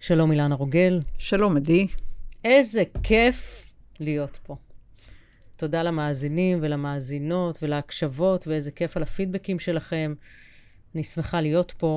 שלום אילנה רוגל. שלום עדי. איזה כיף להיות פה. תודה למאזינים ולמאזינות ולהקשבות, ואיזה כיף על הפידבקים שלכם. אני שמחה להיות פה.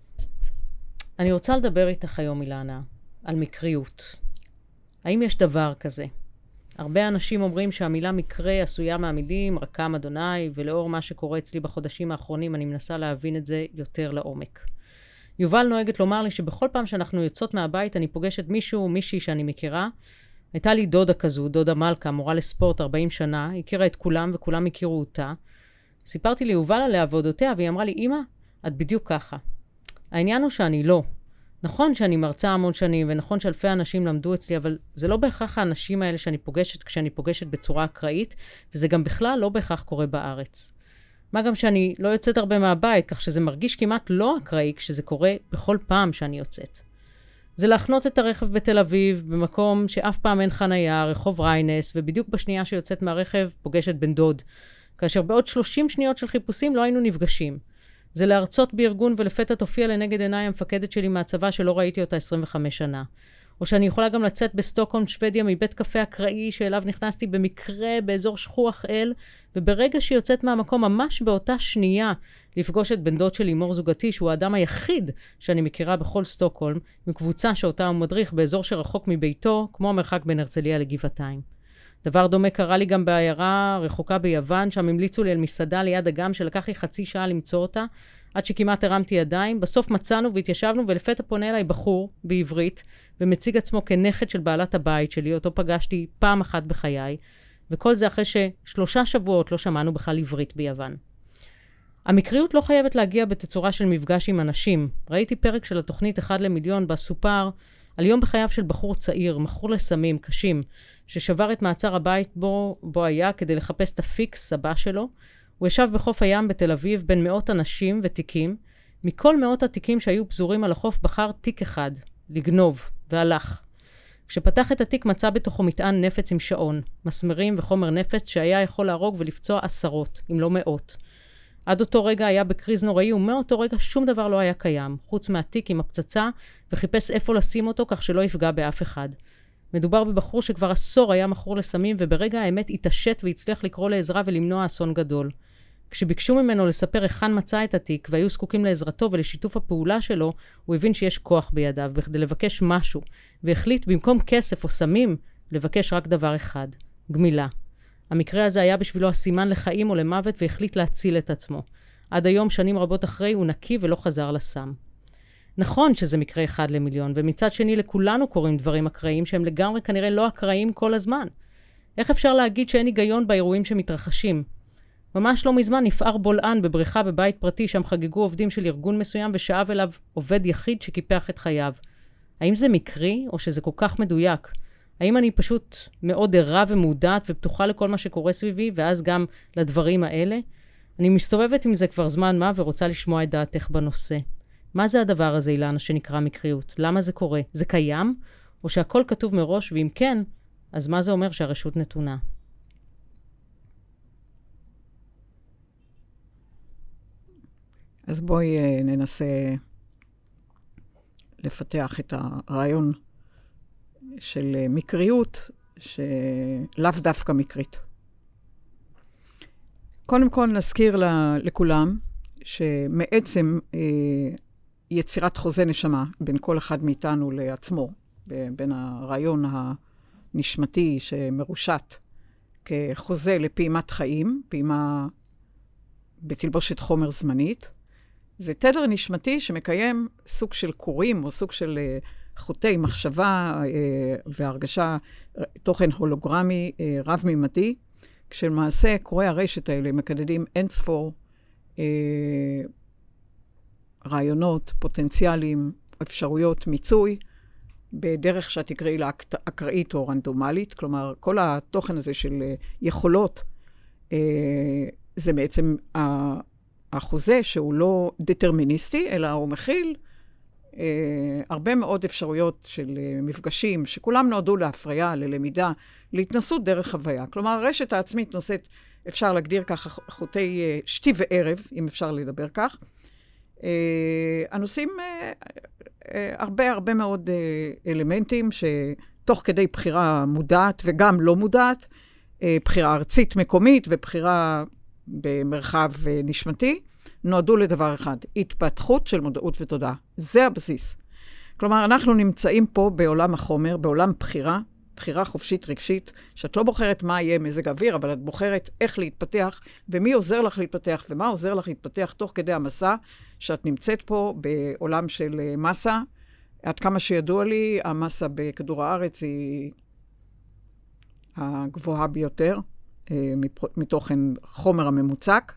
אני רוצה לדבר איתך היום, אילנה, על מקריות. האם יש דבר כזה? הרבה אנשים אומרים שהמילה מקרה עשויה מהמילים רקם אדוני, ולאור מה שקורה אצלי בחודשים האחרונים, אני מנסה להבין את זה יותר לעומק. יובל נוהגת לומר לי שבכל פעם שאנחנו יוצאות מהבית, אני פוגשת מישהו או מישהי שאני מכירה. הייתה לי דודה כזו, דודה מלכה, מורה לספורט 40 שנה, הכירה את כולם וכולם הכירו אותה. סיפרתי ליובל עליה ועבודותיה, והיא אמרה לי, אמא, את בדיוק ככה. העניין הוא שאני לא. נכון שאני מרצה המון שנים, ונכון שאלפי אנשים למדו אצלי, אבל זה לא בהכרח האנשים האלה שאני פוגשת כשאני פוגשת בצורה אקראית, וזה גם בכלל לא בהכרח קורה בארץ. מה גם שאני לא יוצאת הרבה מהבית, כך שזה מרגיש כמעט לא אקראי כשזה קורה בכל פעם שאני יוצאת. זה להחנות את הרכב בתל אביב, במקום שאף פעם אין חנייה, רחוב ריינס, ובדיוק בשנייה שיוצאת מהרכב פוגשת בן דוד, כאשר בעוד 30 שניות של חיפושים לא היינו נפגשים. זה להרצות בארגון ולפתע תופיע לנגד עיניי המפקדת שלי מהצבא שלא ראיתי אותה 25 שנה. או שאני יכולה גם לצאת בסטוקהולם, שוודיה, מבית קפה אקראי שאליו נכנסתי במקרה באזור שכוח אל, וברגע שהיא יוצאת מהמקום ממש באותה שנייה לפגוש את בן דוד שלי, מור זוגתי, שהוא האדם היחיד שאני מכירה בכל סטוקהולם, מקבוצה שאותה הוא מדריך באזור שרחוק מביתו, כמו המרחק בין הרצליה לגבעתיים. דבר דומה קרה לי גם בעיירה רחוקה ביוון, שם המליצו לי על מסעדה ליד אגם שלקח לי חצי שעה למצוא אותה, עד שכמעט הרמתי ידיים. בסוף מצאנו והתיישבנו, ולפתע פונה אליי בחור בעברית, ומציג עצמו כנכד של בעלת הבית שלי, אותו פגשתי פעם אחת בחיי, וכל זה אחרי ש3 שבועות לא שמענו בכלל עברית ביוון. המקריות לא חייבת להגיע בתצורה של מפגש עם אנשים. ראיתי פרק של התוכנית 1 למיליון בסופר, על יום בחייו של בחור צעיר, מכור לסמים קשים, ששבר את מעצר הבית בו היה כדי לחפש את הפיקס הבא שלו. הוא ישב בחוף הים בתל אביב בין מאות אנשים ותיקים. מכל מאות התיקים שהיו פזורים על החוף בחר תיק אחד, לגנוב, והלך. כשפתח את התיק מצא בתוכו מטען נפץ עם שעון, מסמרים וחומר נפץ שהיה יכול להרוג ולפצוע 10, אם לא 100. עד אותו רגע היה בקריז נוראי, ומאותו רגע שום דבר לא היה קיים, חוץ מהתיק עם הפצצה, וחיפש איפה לשים אותו כך שלא יפגע באף אחד. מדובר בבחור שכבר 10 היה מכור לסמים, וברגע האמת התעשת והצליח לקרוא לעזרה ולמנוע אסון גדול. כשביקשו ממנו לספר היכן מצא את התיק, והיו זקוקים לעזרתו ולשיתוף הפעולה שלו, הוא הבין שיש כוח בידיו בכדי לבקש משהו, והחליט במקום כסף או סמים, לבקש רק דבר אחד, גמילה. המקרה הזה היה בשבילו הסימן לחיים או למוות, והחליט להציל את עצמו. עד היום, שנים רבות אחרי, הוא נקי ולא חזר לסם. נכון שזה מקרה 1 למיליון, ומצד שני לכולנו קוראים דברים אקראיים שהם לגמרי כנראה לא אקראיים כל הזמן. איך אפשר להגיד שאין היגיון באירועים שמתרחשים? ממש לא מזמן נפער בולען בבריכה בבית פרטי, שם חגגו עובדים של ארגון מסוים ושאב אליו עובד יחיד שקיפח את חייו. האם זה מקרי או שזה כל כך מדויק? האם אני פשוט מאוד ערה ומודעת ופתוחה לכל מה שקורה סביבי, ואז גם לדברים האלה? אני מסתובבת עם זה כבר זמן מה ורוצה לשמוע את דעתך בנושא. מה זה הדבר הזה, אילנה, שנקרא מקריות? למה זה קורה? זה קיים? או שהכל כתוב מראש, ואם כן, אז מה זה אומר שהרשות נתונה? אז בואי ננסה לפתח את הרעיון של מקריות, שלאו דווקא מקרית. קודם כל נזכיר לכולם, שמעצם יצירת חוזה נשמה בין כל אחד מאיתנו לעצמו, בין הרעיון הנשמתי שמרושת כחוזה לפעימת חיים, פעימה בתלבושת חומר זמנית, זה תדר נשמתי שמקיים סוג של קורים או סוג של חוטי מחשבה והרגשה, תוכן הולוגרמי רב-ממדי, כשלמעשה קורי הרשת האלה מקדדים אינספור רעיונות, פוטנציאלים, אפשרויות מיצוי, בדרך שאת תקראי לה אקראית או רנדומלית. כלומר, כל התוכן הזה של יכולות, זה בעצם החוזה שהוא לא דטרמיניסטי, אלא הוא מכיל הרבה מאוד אפשרויות של מפגשים, שכולם נועדו להפריה, ללמידה, להתנסות דרך חוויה. כלומר, הרשת העצמית נושאת, אפשר להגדיר ככה, חוטי שתי וערב, אם אפשר לדבר כך, הנושאים, הרבה מאוד אלמנטים שתוך כדי בחירה מודעת וגם לא מודעת, בחירה ארצית מקומית ובחירה במרחב נשמתי, נועדו לדבר אחד, התפתחות של מודעות ותודעה. זה הבסיס. כלומר, אנחנו נמצאים פה בעולם החומר, בעולם בחירה חופשית רגשית, שאת לא בוחרת מה יהיה מזג אוויר, אבל את בוחרת איך להתפתח, ומי עוזר לך להתפתח, ומה עוזר לך להתפתח תוך כדי המסע, שאת נמצאת פה בעולם של מסה. עד כמה שידוע לי, המסה בכדור הארץ היא הגבוהה ביותר, מתוכן חומר הממוצק.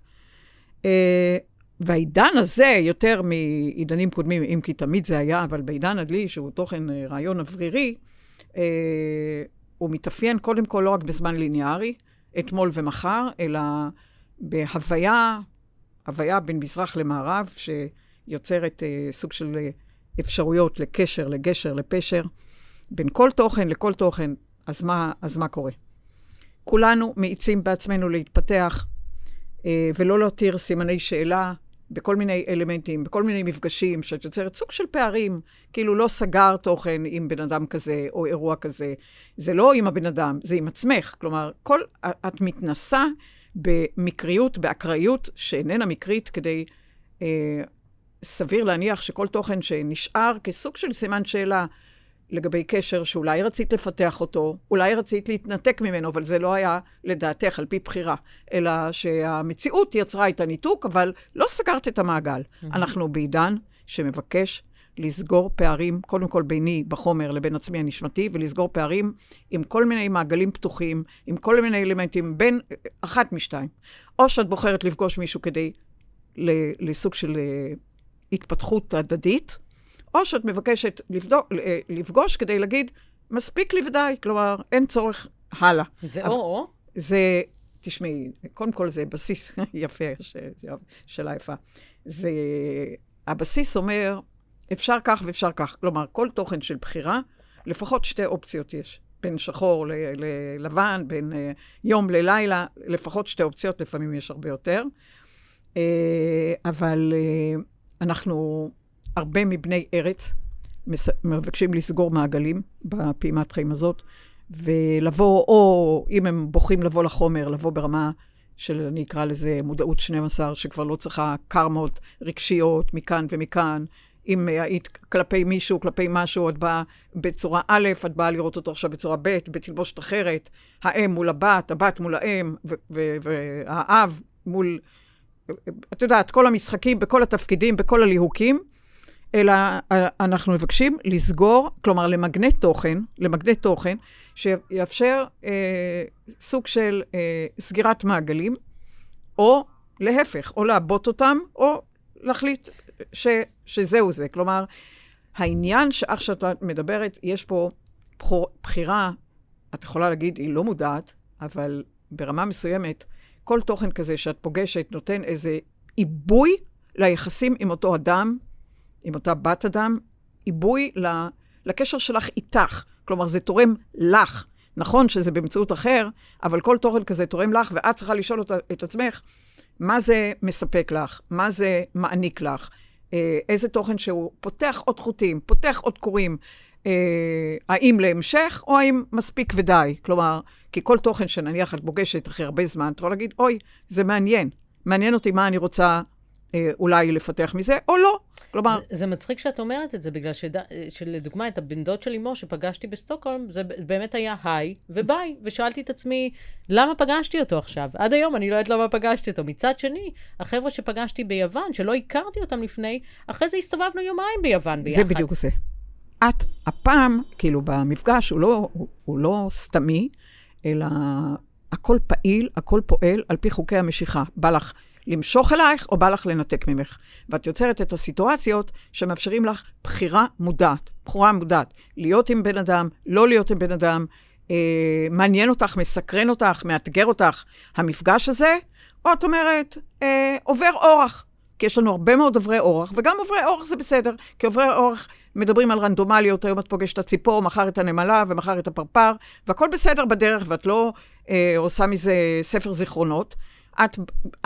והעידן הזה, יותר מעידנים קודמים, אם כי תמיד זה היה, אבל בעידן הדלי, שהוא תוכן רעיון אוורירי, הוא מתאפיין קודם כל לא רק בזמן ליניארי, אתמול ומחר, אלא בהוויה בין מזרח למערב, שיוצרת סוג של אפשרויות לקשר, לגשר, לפשר, בין כל תוכן לכל תוכן. אז מה קורה? כולנו מאיצים בעצמנו להתפתח, ולא להותיר סימני שאלה בכל מיני אלמנטים, בכל מיני מפגשים, שאת יוצרת סוג של פערים, כאילו לא סגר תוכן עם בן אדם כזה או אירוע כזה. זה לא עם הבן אדם, זה עם עצמך. כלומר, את מתנסה במקריות, באקראיות, שאיננה מקרית, כדי סביר להניח שכל תוכן שנשאר כסוג של סימן שאלה, לגבי קשר שאולי רצית לפתח אותו, אולי רצית להתנתק ממנו, אבל זה לא היה לדעתך על פי בחירה, אלא שהמציאות יצרה את הניתוק, אבל לא סגרת את המעגל. אנחנו בעידן שמבקש לסגור פערים, קודם כל ביני בחומר לבין עצמי הנשמתי, ולסגור פערים עם כל מיני מעגלים פתוחים, עם כל מיני אלמנטים בין אחת משתיים. או שאת בוחרת לפגוש מישהו כדי לסוג של התפתחות הדדית, או שאת מבקשת לפגוש כדי להגיד, מספיק לי ודי, כלומר, אין צורך הלאה. זה או? זה, תשמעי, קודם כל זה בסיס יפה, שאלה יפה. הבסיס אומר, אפשר כך ואפשר כך. כלומר, כל תוכן של בחירה, לפחות שתי אופציות יש. בין שחור ללבן, בין יום ללילה, לפחות שתי אופציות, לפעמים יש הרבה יותר. אבל אנחנו הרבה מבני ארץ מבקשים לסגור מעגלים בפעימת חיים הזאת, ולבוא, או אם הם בוחרים לבוא לחומר, לבוא ברמה של, אני אקרא לזה, מודעות 12, שכבר לא צריכה קרמות רגשיות מכאן ומכאן. אם היית כלפי מישהו, כלפי משהו, את באה בצורה א', את באה לראות אותו עכשיו בצורה ב', בתלבושת אחרת, האם מול הבת, הבת מול האם, והאב מול, את יודעת, כל המשחקים, בכל התפקידים, בכל הליהוקים, אלא אנחנו מבקשים לסגור, כלומר למגנט תוכן, שיאפשר סוג של סגירת מעגלים, או להפך, או לעבוד אותם, או להחליט שזהו זה. כלומר, העניין שאך שאת מדברת, יש פה בחירה, את יכולה להגיד, היא לא מודעת, אבל ברמה מסוימת, כל תוכן כזה שאת פוגשת נותן איזה עיבוי ליחסים עם אותו אדם, עם אותה בת אדם, עיבוי לקשר שלך איתך. כלומר, זה תורם לך. נכון שזה באמצעות אחר, אבל כל תוכן כזה תורם לך, ואת צריכה לשאול את עצמך, מה זה מספק לך? מה זה מעניק לך? איזה תוכן שהוא פותח עוד חוטים, פותח עוד קורים, האם להמשך, או האם מספיק ודי? כלומר, כי כל תוכן שנניח את פוגשת אחרי הרבה זמן, אתה יכול להגיד, אוי, זה מעניין. מעניין אותי מה אני רוצה אולי לפתח מזה, או לא. כלומר, זה מצחיק שאת אומרת את זה, בגלל שלדוגמה, את הבן דוד של אמו שפגשתי בסטוקהולם, זה באמת היה היי וביי, ושאלתי את עצמי, למה פגשתי אותו עכשיו? עד היום אני לא יודעת למה פגשתי אותו. מצד שני, החבר'ה שפגשתי ביוון, שלא הכרתי אותם לפני, אחרי זה הסתובבנו יומיים ביוון ביחד. זה בדיוק זה. את, הפעם, כאילו במפגש, הוא לא סתמי, אלא הכל פעיל, הכל פועל על פי חוקי המשיכה. בא לך למשוך אלייך, או בא לך לנתק ממך. ואת יוצרת את הסיטואציות שמאפשרים לך בחירה מודעת. להיות עם בן אדם, לא להיות עם בן אדם, מעניין אותך, מסקרן אותך, מאתגר אותך, המפגש הזה, או את אומרת, עובר אורח. כי יש לנו הרבה מאוד עוברי אורח, וגם עוברי אורח זה בסדר, כי עוברי אורח מדברים על רנדומליות, היום את פוגשת את הציפור, מחר את הנמלה ומחר את הפרפר, והכל בסדר בדרך, ואת לא עושה מזה ספר זיכרונות. את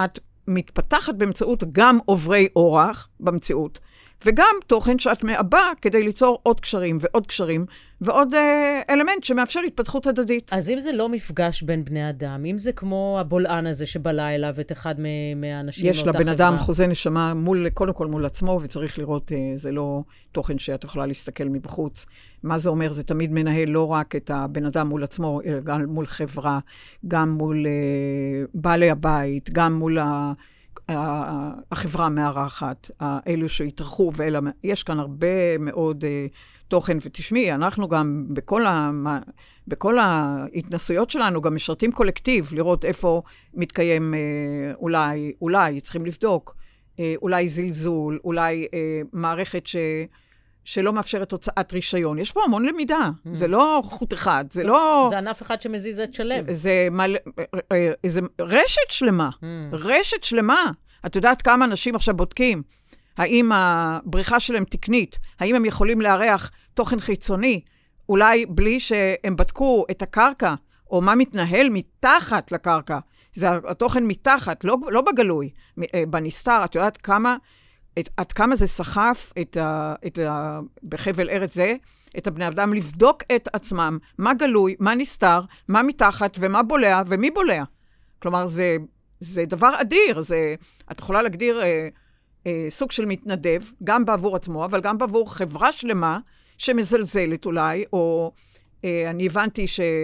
מתפתחת באמצעות גם עוברי אורח במציאות, וגם תוכן שאת מעבה כדי ליצור עוד קשרים ועוד קשרים, ועוד אלמנט שמאפשר התפתחות הדדית. אז אם זה לא מפגש בין בני אדם, אם זה כמו הבולען הזה שבא אליו את אחד מהאנשים יש לבן אדם חוזה נשמה קודם כל מול עצמו, וצריך לראות, זה לא תוכן שאת יכולה להסתכל מבחוץ. מה זה אומר? זה תמיד מנהל לא רק את הבן אדם מול עצמו, אלא גם מול חברה, גם מול בעלי הבית, גם מול החברה המארחת, אלו שהתרחו, יש כאן הרבה מאוד תוכן, ותשמעי, אנחנו גם בכל ההתנסויות שלנו גם משרתים קולקטיב, לראות איפה מתקיים אולי צריכים לבדוק, אולי זלזול, אולי מערכת שלא מאפשרת הוצאת רישיון. יש פה המון למידה, זה לא חוט אחד, זה לא... זה ענף אחד שמזיז את שלם. זה רשת שלמה, רשת שלמה. את יודעת כמה אנשים עכשיו בודקים, האם הבריחה שלהם תקנית, האם הם יכולים לארח תוכן חיצוני, אולי בלי שהם בדקו את הקרקע, או מה מתנהל מתחת לקרקע. זה התוכן מתחת, לא בגלוי, בנסתר. את יודעת עד כמה זה סחף בחבל ארץ זה, את הבני אדם לבדוק את עצמם, מה גלוי, מה נסתר, מה מתחת ומה בולע ומי בולע. כלומר, זה דבר אדיר, את יכולה להגדיר סוג של מתנדב, גם בעבור עצמו, אבל גם בעבור חברה שלמה שמזלזלת אולי, או אני הבנתי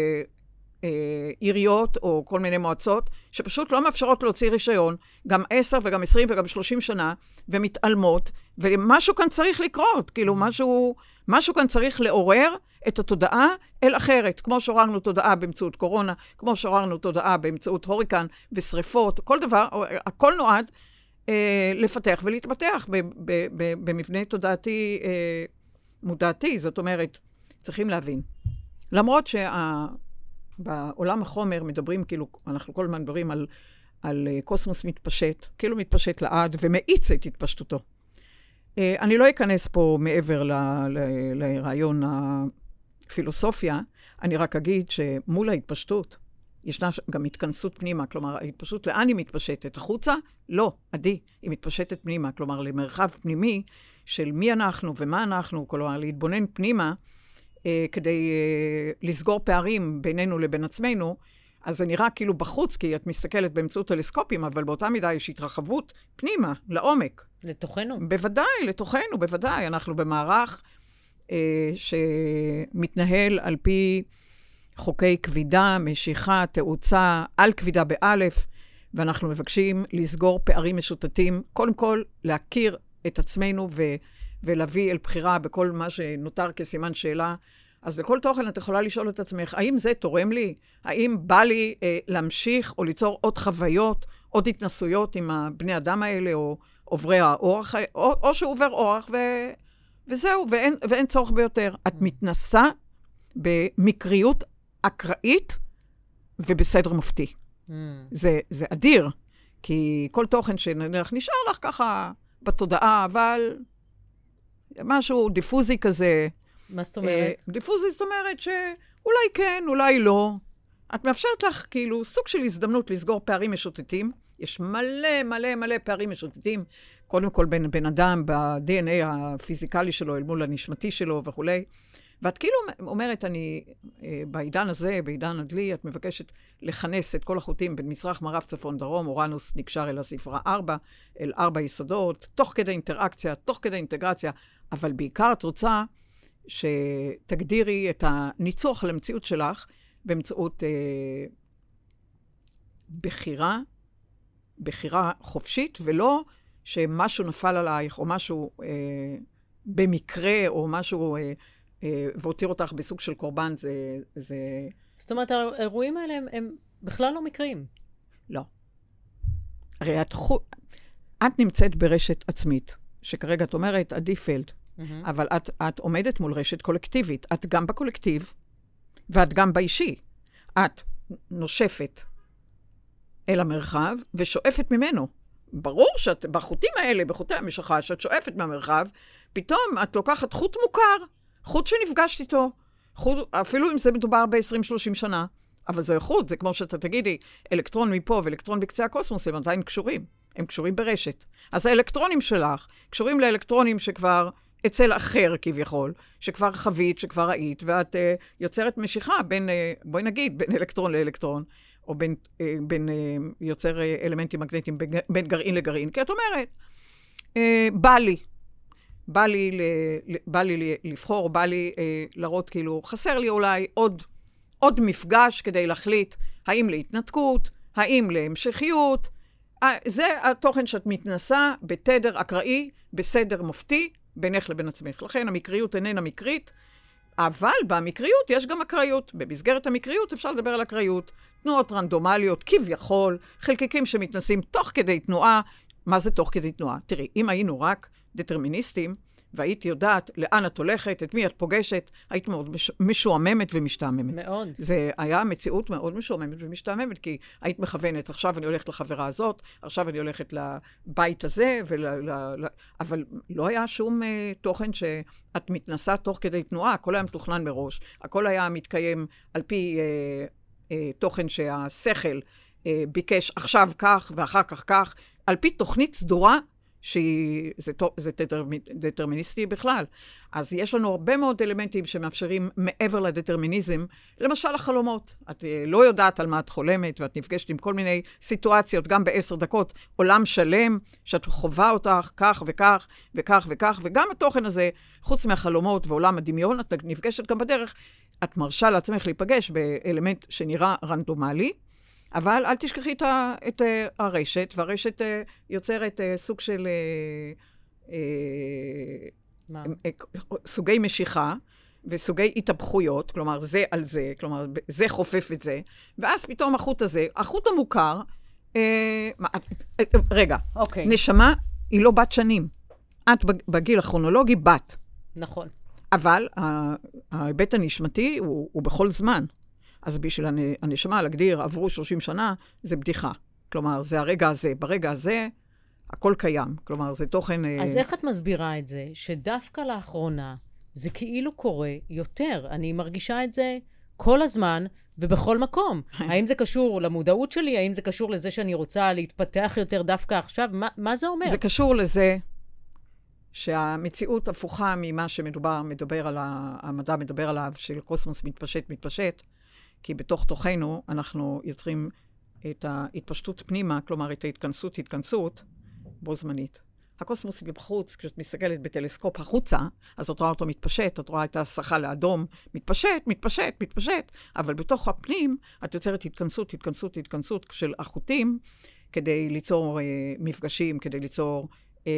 עיריות או כל מיני מועצות, שפשוט לא מאפשרות להוציא רישיון, גם 10 וגם 20 וגם 30 שנה, ומתעלמות, ומשהו כאן צריך לקרות, כאילו משהו כאן צריך לעורר את התודעה אל אחרת, כמו שעוררנו תודעה באמצעות קורונה, כמו שעוררנו תודעה באמצעות הוריקן ושריפות, כל דבר, הכל נועד לפתח ולהתפתח במבנה תודעתי מודעתי, זאת אומרת, צריכים להבין. למרות בעולם החומר מדברים, כאילו, אנחנו כל הזמן מדברים על קוסמוס מתפשט, כאילו מתפשט לעד ומאיץ את התפשטותו. אני לא אכנס פה מעבר לרעיון הפילוסופיה, אני רק אגיד שמול ההתפשטות, ישנה גם התכנסות פנימה, כלומר, ההתפשטות לאן היא מתפשטת? החוצה? לא, עדי, היא מתפשטת פנימה, כלומר, למרחב פנימי של מי אנחנו ומה אנחנו, כלומר, להתבונן פנימה, כדי לסגור פערים בינינו לבין עצמנו, אז זה נראה כאילו בחוץ, כי את מסתכלת באמצעות טלסקופים, אבל באותה מידה יש התרחבות פנימה, לעומק. לתוכנו. בוודאי, לתוכנו, בוודאי. אנחנו במערך שמתנהל על פי חוקי כבידה, משיכה, תאוצה, על כבידה באלף, ואנחנו מבקשים לסגור פערים משוטטים, קודם כל להכיר את עצמנו ולהביא אל בחירה בכל מה שנותר כסימן שאלה. אז לכל תוכן את יכולה לשאול את עצמך, האם זה תורם לי? האם בא לי להמשיך או ליצור עוד חוויות, עוד התנסויות עם הבני אדם האלה, או עוברי האורח, או שהוא עובר אורח, וזהו, ואין צורך ביותר. את מתנסה במקריות אקראית ובסדר מופתי. זה אדיר, כי כל תוכן שנניח נשאר לך ככה בתודעה, אבל משהו דיפוזי כזה. מה זאת אומרת? דיפוזי זאת אומרת שאולי כן, אולי לא. את מאפשרת לך כאילו סוג של הזדמנות לסגור פערים משוטטים. יש מלא מלא מלא פערים משוטטים. קודם כל בין בן אדם, ב-DNA הפיזיקלי שלו, אל מול הנשמתי שלו וכולי. ואת כאילו אומרת, אני בעידן הזה, בעידן הדלי, את מבקשת לכנס את כל החוטים בין מזרח, מערב, צפון, דרום, אורנוס נקשר אל הספרה 4, אל 4 יסודות, תוך כדי אינטראקציה, תוך כדי אינטגרציה, אבל בעיקר את רוצה שתגדירי את הניצוח למציאות שלך באמצעות בחירה חופשית, ולא שמשהו נפל עלייך, או משהו במקרה, או משהו והותיר אותך בסוג של קורבן, זה... זאת אומרת, האירועים האלה הם בכלל לא מקריים. לא. הרי את נמצאת ברשת עצמית, שכרגע את אומרת, עדי פלד, אבל את עומדת מול רשת קולקטיבית. את גם בקולקטיב, ואת גם באישי. את נושפת אל המרחב, ושואפת ממנו. ברור שאת בחוטים האלה, בחוטי המשכה, שאת שואפת מהמרחב, פתאום את לוקחת חוט מוכר, חוט שנפגשת איתו, אפילו אם זה מדובר ב-20-30 שנה, אבל זה חוט, זה כמו שאתה תגידי, אלקטרון מפה ואלקטרון בקצה הקוסמוס, הם עדיין קשורים. הם קשורים ברשת. אז האלקטרונים שלך קשורים לאלקטרונים שכבר אצל אחר כביכול, שכבר חווית, שכבר ראית, ואת יוצרת משיכה בין, בואי נגיד, בין אלקטרון לאלקטרון, או בין יוצר אלמנטים מגנטיים בין גרעין לגרעין. כי את אומרת, בא לי לבחור, בא לי להראות כאילו, חסר לי אולי עוד מפגש כדי להחליט האם להתנתקות, האם להמשכיות. זה התוכן שאת מתנסה בתדר אקראי, בסדר מופתי, בינך לבין עצמך. לכן המקריות איננה מקרית, אבל במקריות יש גם אקראיות. במסגרת המקריות אפשר לדבר על אקראיות. תנועות רנדומליות, כביכול, חלקיקים שמתנסים תוך כדי תנועה. מה זה תוך כדי תנועה? תראי, אם היינו רק דטרמיניסטים, והיית יודעת לאן את הולכת, את מי את פוגשת, היית מאוד משועממת ומשתעממת. מאוד. זה היה מציאות מאוד משועממת ומשתעממת, כי היית מכוונת, עכשיו אני הולכת לחברה הזאת, עכשיו אני הולכת לבית הזה, אבל לא היה שום תוכן שאת מתנסה תוך כדי תנועה, הכל היה מתוכנן מראש, הכל היה מתקיים על פי תוכן שהשכל ביקש עכשיו כך ואחר כך כך, על פי תוכנית סדורה, שזה דטרמיניסטי בכלל. אז יש לנו הרבה מאוד אלמנטים שמאפשרים מעבר לדטרמיניזם, למשל החלומות. את לא יודעת על מה את חולמת, ואת נפגשת עם כל מיני סיטואציות, גם ב10 דקות, עולם שלם, שאת חובה אותך כך וכך וכך וכך, וגם התוכן הזה, חוץ מהחלומות ועולם הדמיון, את נפגשת גם בדרך, את מרשה לעצמך להיפגש באלמנט שנראה רנדומלי, אבל אל תשכחי את הרשת, והרשת יוצרת סוג של סוגי משיכה, וסוגי התהפכויות, כלומר זה על זה, כלומר זה חופף את זה, ואז פתאום החוט הזה, החוט המוכר, רגע, נשמה היא לא בת שנים. את בגיל הכרונולוגי בת. נכון. אבל ההיבט הנשמתי הוא בכל זמן. אז בשביל הנשמה להגדיר, עברו 30 שנה, זה בדיחה. כלומר, זה הרגע הזה. ברגע הזה, הכל קיים. כלומר, זה תוכן... אז איך את מסבירה את זה, שדווקא לאחרונה, זה כאילו קורה יותר? אני מרגישה את זה כל הזמן ובכל מקום. האם זה קשור למודעות שלי? האם זה קשור לזה שאני רוצה להתפתח יותר דווקא עכשיו? מה זה אומר? זה קשור לזה שהמציאות הפוכה ממה המדע מדבר עליו, של קוסמוס מתפשט, כי בתוך תוכנו אנחנו יוצרים את ההתפשטות פנימה, כלומר את התכנסות בו זמנית. הקוסמוס בחוץ, כשאת מסתכלת בטלסקופ החוצה, אז את רואה אותו מתפשט, את רואה את הסחה לאדום, מתפשט, אבל בתוך הפנים את יוצרת התכנסות של החוטים, כדי ליצור מפגשים, כדי ליצור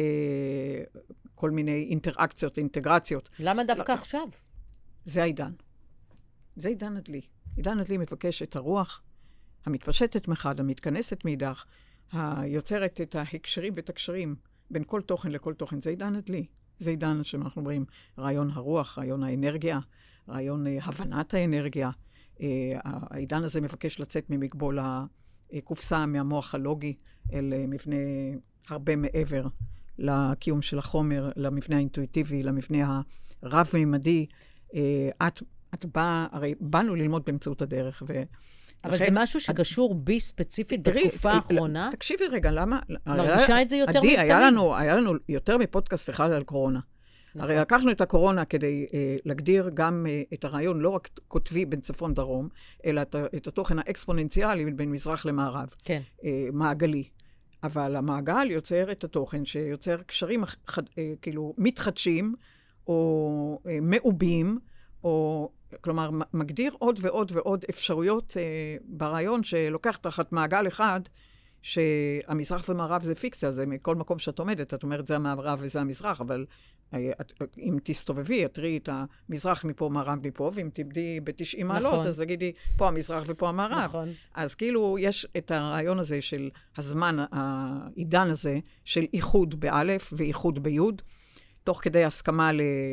כל מיני אינטראקציות, אינטגרציות. למה דווקא עכשיו? זה העידן. זה עידן הדלי. עידן הדלי מבקש את הרוח המתפשטת מחד, המתכנסת מאידך, היוצרת את ההקשרים ואת הקשרים בין כל תוכן לכל תוכן. זה עידן הדלי. זה עידן שאנחנו אומרים רעיון הרוח, רעיון האנרגיה, רעיון הבנת האנרגיה. העידן הזה מבקש לצאת ממגבול הקופסה מהמוח הלוגי אל מבנה הרבה מעבר לקיום של החומר, למבנה האינטואיטיבי, למבנה הרב-מימדי. את באה, הרי באנו ללמוד באמצעות הדרך. אבל זה משהו שקשור בי ספציפית בתקופה האחרונה? תקשיבי רגע, למה? מרגישה את זה יותר מתמיד? היה לנו יותר מפודקאסט אחד על קורונה. הרי לקחנו את הקורונה כדי להגדיר גם את הרעיון, לא רק כותבי בין צפון דרום, אלא את התוכן האקספוננציאלי בין מזרח למערב. כן. מעגלי. אבל המעגל יוצר את התוכן שיוצר קשרים כאילו מתחדשים, או מעובים, או כלומר מגדיר עוד ועוד ועוד אפשרויות ברעיון שלוקח תחת מעגל אחד, שהמזרח ומערב זה פיקציה, זה מכל מקום שאת עומדת, את אומרת זה המערב וזה המזרח, אבל אם תסתובבי, תראי את המזרח מפה, מערב מפה, ואם תבדי ב-90 מעלות, נכון. אז תגידי, פה המזרח ופה המערב. נכון. אז כאילו יש את הרעיון הזה של הזמן, העידן הזה, של איחוד באלף ואיחוד ביוד, תוך כדי הסכמה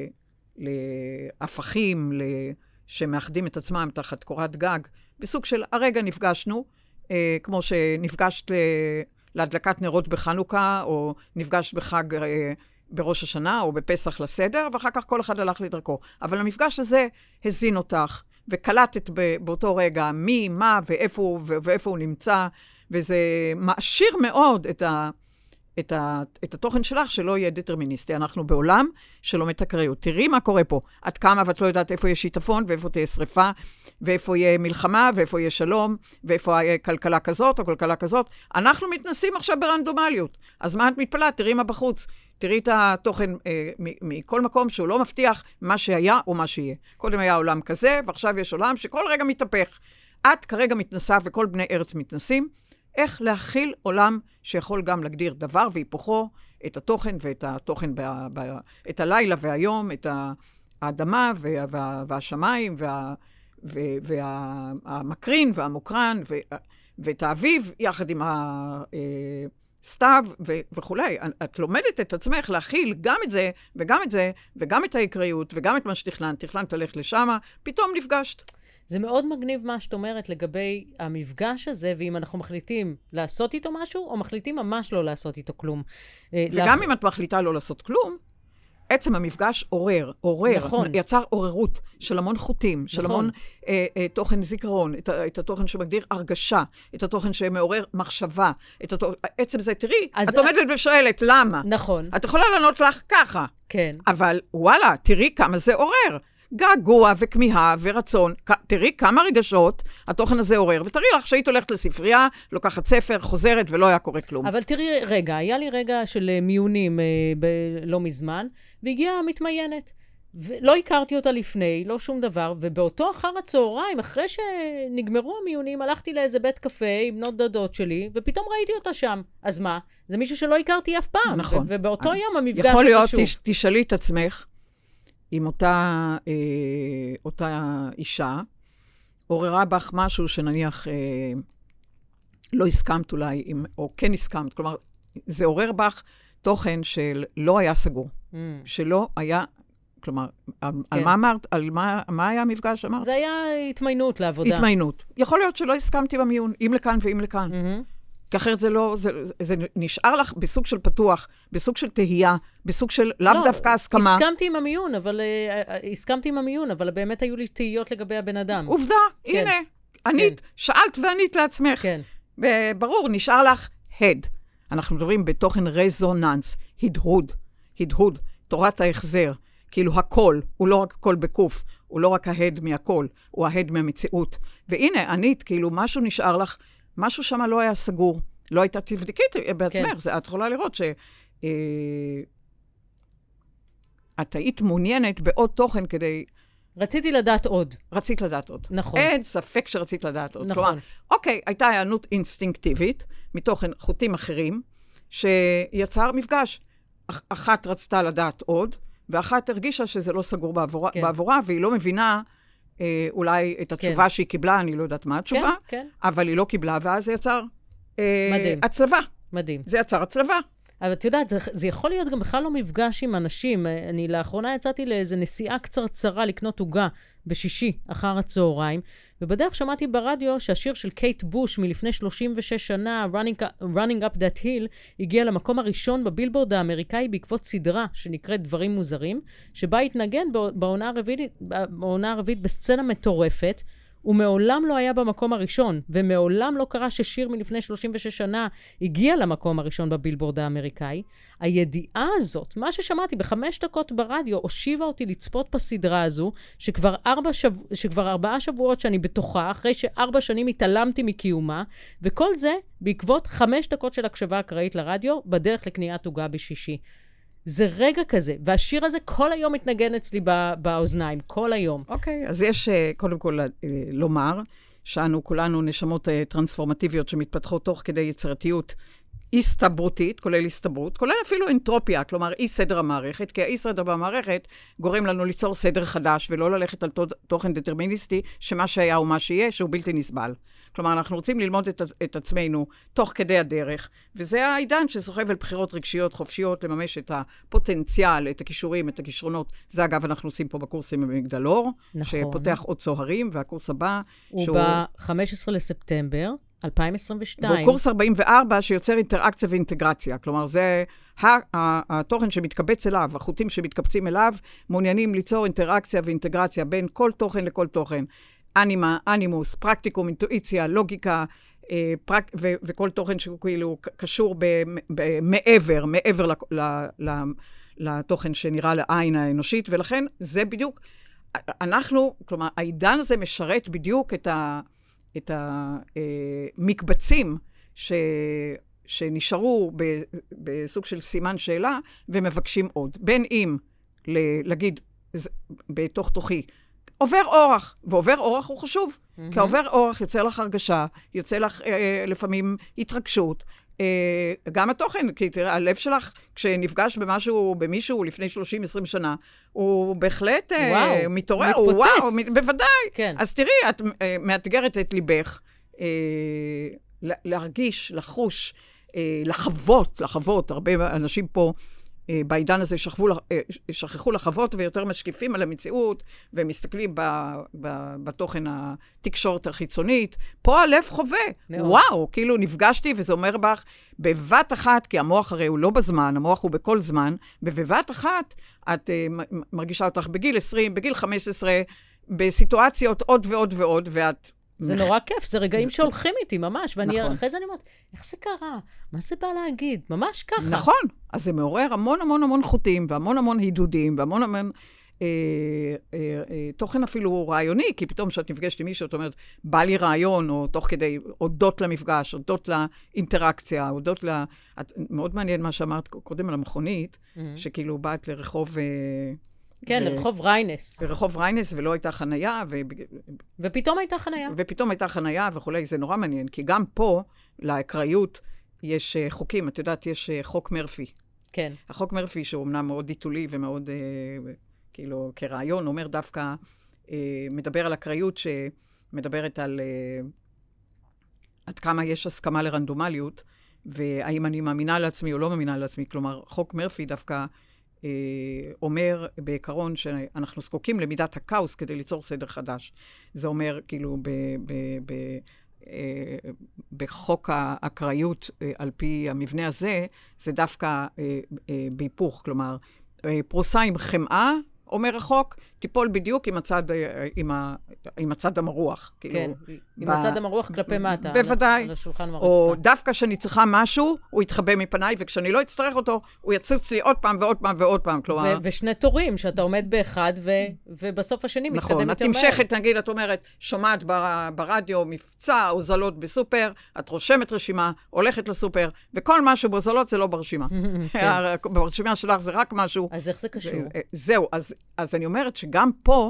להפכים, שמאחדים את עצמם תחת קורת גג, בסוג של הרגע נפגשנו, כמו שנפגשת להדלקת נרות בחנוכה, או נפגשת בחג בראש השנה, או בפסח לסדר, ואחר כך כל אחד הלך לדרכו. אבל המפגש הזה הזין אותך, וקלטת באותו רגע מי, מה ואיפה הוא נמצא, וזה מעשיר מאוד את התוכן שלך שלא יהיה דטרמיניסטי. אנחנו בעולם שלא מתקריות. תראי מה קורה פה. עד כמה ואת לא יודעת איפה יש שיטפון, ואיפה תהיה שריפה, ואיפה יהיה מלחמה, ואיפה יהיה שלום, ואיפה יהיה כלכלה כזאת או כלכלה כזאת. אנחנו מתנסים עכשיו ברנדומליות. אז מה את מתפלאה? תראי מה בחוץ. תראי את התוכן מכל מקום שהוא לא מבטיח מה שהיה או מה שיהיה. קודם היה עולם כזה, ועכשיו יש עולם שכל רגע מתהפך. את כרגע מתנסה וכל בני ארץ מתנסים. איך להכיל עולם שיכול גם להגדיר דבר והיפוכו, את התוכן ואת התוכן, את הלילה והיום, את האדמה והשמיים והמקרין והמוקרן ואת האביב יחד עם הסתיו וכולי. את לומדת את עצמך להכיל גם את זה וגם את זה וגם את העיקריות וגם את מה שתכננת. תכננת ללכת לשם, פתאום נפגשת. זה מאוד מגניב מה שאת אומרת לגבי המפגש הזה, ואם אנחנו מחליטים לעשות איתו משהו, או מחליטים ממש לא לעשות איתו כלום. וגם אם את מחליטה לא לעשות כלום, עצם המפגש עורר, נכון. יצר עוררות של המון חוטים, של המון תוכן זיכרון, את התוכן שמגדיר הרגשה, את התוכן שמעורר מחשבה, עצם זה, תראי, את עומדת ושואלת, למה? נכון. את יכולה לענות לך ככה. כן. אבל וואלה, תראי כמה זה עורר. געגוע וכמיהה ורצון, תראי כמה רגשות התוכן הזה עורר, ותראי לך שהיית הולכת לספרייה, לוקחת ספר, חוזרת ולא היה קורה כלום. אבל תראי רגע, היה לי רגע של מיונים לא מזמן, והגיעה מתמיינת. ולא הכרתי אותה לפני, לא שום דבר, ובאותו אחר הצהריים, אחרי שנגמרו המיונים, הלכתי לאיזה בית קפה עם בנות דודות שלי, ופתאום ראיתי אותה שם. אז מה? זה מישהו שלא הכרתי אף פעם. נכון. ובאותו יום המפגש הזה יכול להיות, שוב. תשאלי את עצמך, אם אותה אישה עוררה בך משהו שנניח לא הסכמת אולי, או כן הסכמת, כלומר, זה עורר בך תוכן שלא היה סגור, שלא היה, כלומר, על מה אמרת? על מה היה המפגש אמרת? זה היה התמיינות לעבודה. התמיינות. יכול להיות שלא הסכמתי במיון, אם לכאן ואם לכאן. כי אחרת זה נשאר לך בסוג של פתוח, בסוג של תהייה, בסוג של לאו דווקא הסכמה. הסכמתי עם המיון, אבל באמת היו לי תהיות לגבי הבן אדם. עובדה, הנה, ענית, שאלת וענית לעצמך. כן. ברור, נשאר לך הד. אנחנו מדברים בתוכן רזוננס, הדהוד, תורת ההחזר. כאילו הכל, הוא לא רק הכל בקוף, הוא לא רק ההד מהכל, הוא ההד מהמציאות. והנה, ענית, כאילו משהו נשאר לך, משהו שם לא היה סגור. לא הייתה תבדקית בעצמך. כן. את יכולה לראות שאת היית מעוניינת בעוד תוכן כדי... רציתי לדעת עוד. רצית לדעת עוד. נכון. אין ספק שרצית לדעת עוד. נכון. כלומר, אוקיי, הייתה הענות אינסטינקטיבית, מתוכן חוטים אחרים, שיצר מפגש. אחת רצתה לדעת עוד, ואחת הרגישה שזה לא סגור בעבורה, והיא לא מבינה אולי את התשובה שהיא קיבלה, אני לא יודעת מה התשובה, אבל היא לא קיבלה, ואז זה יצר הצלבה. מדהים. זה יצר הצלבה. אבל את יודעת, זה יכול להיות גם בכלל לא מפגש עם אנשים. אני לאחרונה יצאתי לאיזו נסיעה קצרצרה לקנות עוגה בשישי אחר הצהריים, ובדרך שמעתי ברדיו שהשיר של קייט בוש מלפני 36 שנה, Running Up That Hill, הגיע למקום הראשון בבילבורד האמריקאי בעקבות סדרה שנקראת דברים מוזרים, שבה התנגן בעונה הרביעית בסצנה מטורפת, ומעולם לא היה במקום הראשון, ומעולם לא קרה ששיר מלפני 36 שנה הגיע למקום הראשון בבילבורד האמריקאי. הידיעה הזאת, מה ששמעתי ב5 דקות ברדיו, הושיבה אותי לצפות בסדרה הזו, שכבר 4 שבועות שאני בתוכה, אחרי ש4 שנים התעלמתי מקיומה, וכל זה בעקבות 5 דקות של הקשבה אקראית לרדיו, בדרך לקניית עוגה בשישי. זה רגע כזה, והשיר הזה כל היום מתנגן אצלי באוזניים, כל היום. אוקיי, אז יש קודם כל לומר, שאנו כולנו נשמות טרנספורמטיביות שמתפתחות תוך כדי יצירתיות הסתברותית, כולל הסתברות, כולל אפילו אנטרופיה, כלומר אי סדר המערכת, כי האי סדר במערכת גורם לנו ליצור סדר חדש, ולא ללכת על תוכן דטרמיניסטי, שמה שהיה הוא מה שיהיה, שהוא בלתי נסבל. כלומר, אנחנו רוצים ללמוד את עצמנו תוך כדי הדרך, וזה העידן שסוחב על בחירות רגשיות חופשיות, לממש את הפוטנציאל, את הכישורים, את הכישרונות. זה אגב, אנחנו עושים פה בקורסים במגדלור, נכון. שפותח עוד צוהרים, והקורס הבא, הוא ב-15 לספטמבר. 2022. והוא קורס 44 שיוצר אינטראקציה ואינטגרציה. כלומר, זה התוכן שמתקבץ אליו, החוטים שמתקבצים אליו, מעוניינים ליצור אינטראקציה ואינטגרציה בין כל תוכן לכל תוכן. אנימה, אנימוס, פרקטיקום, אינטואיציה, לוגיקה, וכל תוכן שהוא כאילו קשור מעבר לתוכן שנראה לעין האנושית, ולכן זה בדיוק, כלומר, העידן הזה משרת בדיוק את המקבצים שנשארו בסוג של סימן שאלה, ומבקשים עוד. בין אם להגיד בתוך תוכי, עובר אורח, ועובר אורח הוא חשוב. כי עובר אורח יוצא לך הרגשה, יוצא לך לפעמים התרגשות. גם התוכן, כי תראה, הלב שלך, כשנפגש במישהו לפני 30-20 שנה, הוא בהחלט מתעורר. מתפוצץ. וואו, בוודאי. כן. אז תראי, את מאתגרת את ליבך, להרגיש, לחוש, לחוות. הרבה אנשים פה בעידן הזה שכחו לחוות ויותר משקיפים על המציאות, ומסתכלים בתוכן התקשורת החיצונית. פה הלב חווה. וואו, כאילו נפגשתי, וזה אומר בך, בבת אחת, כי המוח הרי הוא לא בזמן, המוח הוא בכל זמן, ובבת אחת את מרגישה אותך בגיל 20, בגיל 15, בסיטואציות עוד ועוד ועוד, ואת זה נורא כיף, זה רגעים שהולכים איתי ממש, ואני אחרי זה אני אומרת, איך זה קרה? מה זה בא להגיד? ממש ככה. נכון, אז זה מעורר המון המון המון חוטים, והמון המון הידודים, והמון המון תוכן אפילו רעיוני, כי פתאום כשאת נפגשת עם מישהו, את אומרת, בא לי רעיון, או תוך כדי, הודות למפגש, הודות לאינטראקציה, הודות מאוד מעניין מה שאמרת קודם על המכונית, שכאילו באת לרחוב כן, לרחוב ריינס. לרחוב ריינס, ולא הייתה חנייה. ופתאום הייתה חנייה. ופתאום הייתה חנייה וכולי, זה נורא מעניין, כי גם פה, לאקראיות, יש חוקים. את יודעת, יש חוק מרפי. כן. החוק מרפי, שהוא אמנם מאוד דיטולי ומאוד, כאילו, כרעיון, אומר דווקא, מדבר על אקראיות, שמדברת על עד כמה יש הסכמה לרנדומליות, והאם אני מאמינה לעצמי או לא מאמינה לעצמי. כלומר, חוק מרפי דווקא, אומר בעיקרון שאנחנו זקוקים למידת הכאוס כדי ליצור סדר חדש. זה אומר, כאילו, בחוק האקראיות, על פי המבנה הזה, זה דווקא בהיפוך. כלומר, פרוסה עם חמאה, אומר החוק, טיפול בדיוק עם הצד המרוח. כן, עם הצד המרוח כלפי מטה. בוודאי. על השולחן מרצפה. או דווקא כשאני צריכה משהו, הוא יתחבא מפניי, וכשאני לא אצטרך אותו, הוא יצוץ לי עוד פעם ועוד פעם ועוד פעם. כלומר... ושני תורים, שאתה עומד באחד, ובסוף השני מתקדם יותר מהר. נכון, את נמשכת, נגיד, את אומרת, שומעת ברדיו, מבצע, הוזלות בסופר, את רושמת רשימה, הולכת לסופר, וכל משהו בהוזלות זה לא ברשימה. ברשימה שלך זה רק משהו. אז איך זה קשור? זהו, אז אני אומרת שגם פה,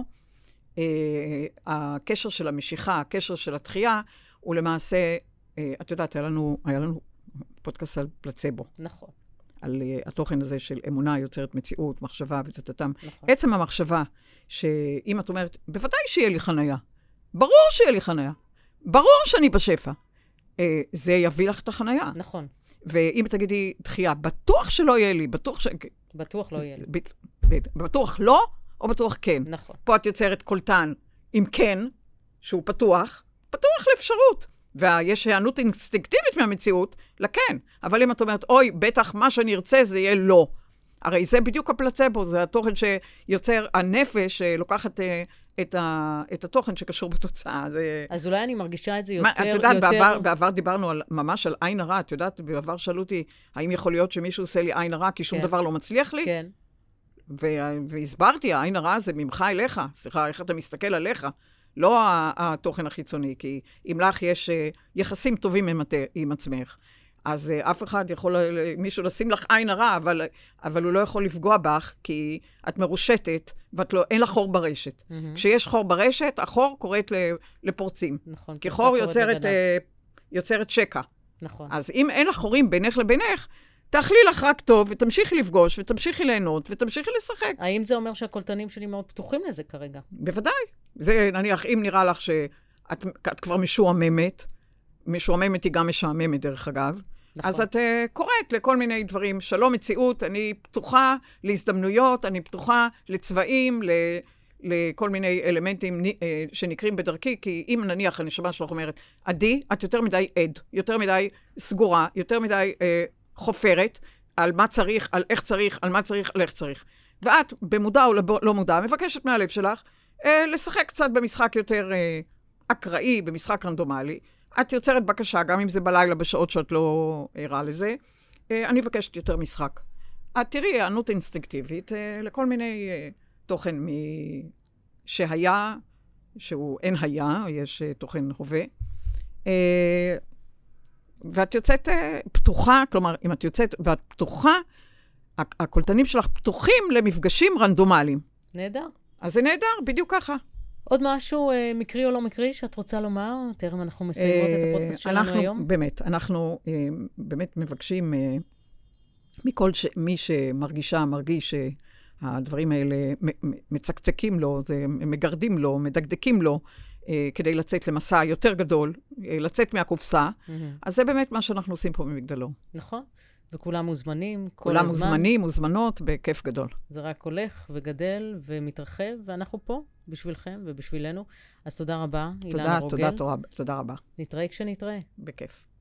הקשר של המשיכה, הקשר של התחייה, הוא למעשה, את יודעת, היה לנו פודקאסט על פלצבו. נכון. על התוכן הזה של אמונה יוצרת מציאות, מחשבה ותתתם. נכון. עצם המחשבה, שאם את אומרת, בוודאי שיהיה לי חנייה. ברור שיהיה לי חנייה. ברור שאני בשפע. זה יביא לך את החנייה. נכון. ואם תגידי דחייה, בטוח שלא יהיה לי, בטוח לא יהיה לי. בטוח לא, או בטוח כן. נכון. פה את יוצרת קולטן עם כן, שהוא פתוח לאפשרות. ויש הענות אינסטינקטיבית מהמציאות לכן. אבל אם את אומרת, אוי, בטח מה שאני ארצה זה יהיה לא. הרי זה בדיוק הפלצבו, זה התוכן שיוצר, הנפש לוקחת את התוכן שקשור בתוצאה. אז אולי אני מרגישה את זה יותר... את יודעת, בעבר דיברנו ממש על עין הרע. את יודעת, בעבר שאלו אותי, האם יכול להיות שמישהו עושה לי עין הרע כי שום דבר לא מצליח לי? כן. והסברתי, העין הרע זה ממך אליך. סליחה, איך אתה מסתכל עליך. לא התוכן החיצוני, כי אם לך יש יחסים טובים עם עצמך, אז אף אחד יכול מישהו לשים לך עין הרע, אבל הוא לא יכול לפגוע בך, כי את מרושתת, ואין לך חור ברשת. כשיש חור ברשת, החור קוראת לפורצים. נכון. כי חור יוצרת שקע. נכון. אז אם אין לך חורים בינך לבינך, תאכלי לך רק טוב, ותמשיכי לפגוש, ותמשיכי ליהנות, ותמשיכי לשחק. האם זה אומר שהקולטנים שלי מאוד פתוחים לזה כרגע? בוודאי. זה, נניח, אם נראה לך שאת כבר משועממת היא גם משעממת, דרך אגב, נכון. אז את קוראת לכל מיני דברים, שלום מציאות, אני פתוחה להזדמנויות, אני פתוחה לצבעים, לכל מיני אלמנטים שנקרים בדרכי, כי אם נניח הנשמה שלך אומרת, עדי, את יותר מדי עד, יותר מדי סגורה, יותר מדי חופרת, על מה צריך, על איך צריך, על מה צריך, על איך צריך. ואת, במודע או לא מודע, מבקשת מהלב שלך, לשחק קצת במשחק יותר אקראי, במשחק רנדומלי, את יוצרת בקשה, גם אם זה בלילה בשעות שאת לא ערה לזה, אני מבקשת יותר משחק. את תראי הענות אינסטינקטיבית לכל מיני תוכן שהיה, שהוא אין היה, יש תוכן הווה. ואת יוצאת פתוחה, כלומר, אם את יוצאת ואת פתוחה, הקולטנים שלך פתוחים למפגשים רנדומליים. נהדר. אז זה נהדר, בדיוק ככה. עוד משהו מקרי או לא מקרי שאת רוצה לומר? תראה, אנחנו מסיימות את הפודקאסט שלנו היום. אנחנו באמת מבקשים מכל מי שמרגיש שהדברים האלה מצקצקים לו, מגרדים לו, מדקדקים לו, כדי לצאת למסע יותר גדול, לצאת מהקופסה. אז זה באמת מה שאנחנו עושים פה במגדלור. נכון. וכולם מוזמנים כל הזמן. כולם מוזמנים, מוזמנות, בכיף גדול. זה רק הולך וגדל ומתרחב, ואנחנו פה בשבילכם ובשבילנו. אז תודה רבה, אילנה רוגל. תודה רבה. נתראה כשנתראה. בכיף.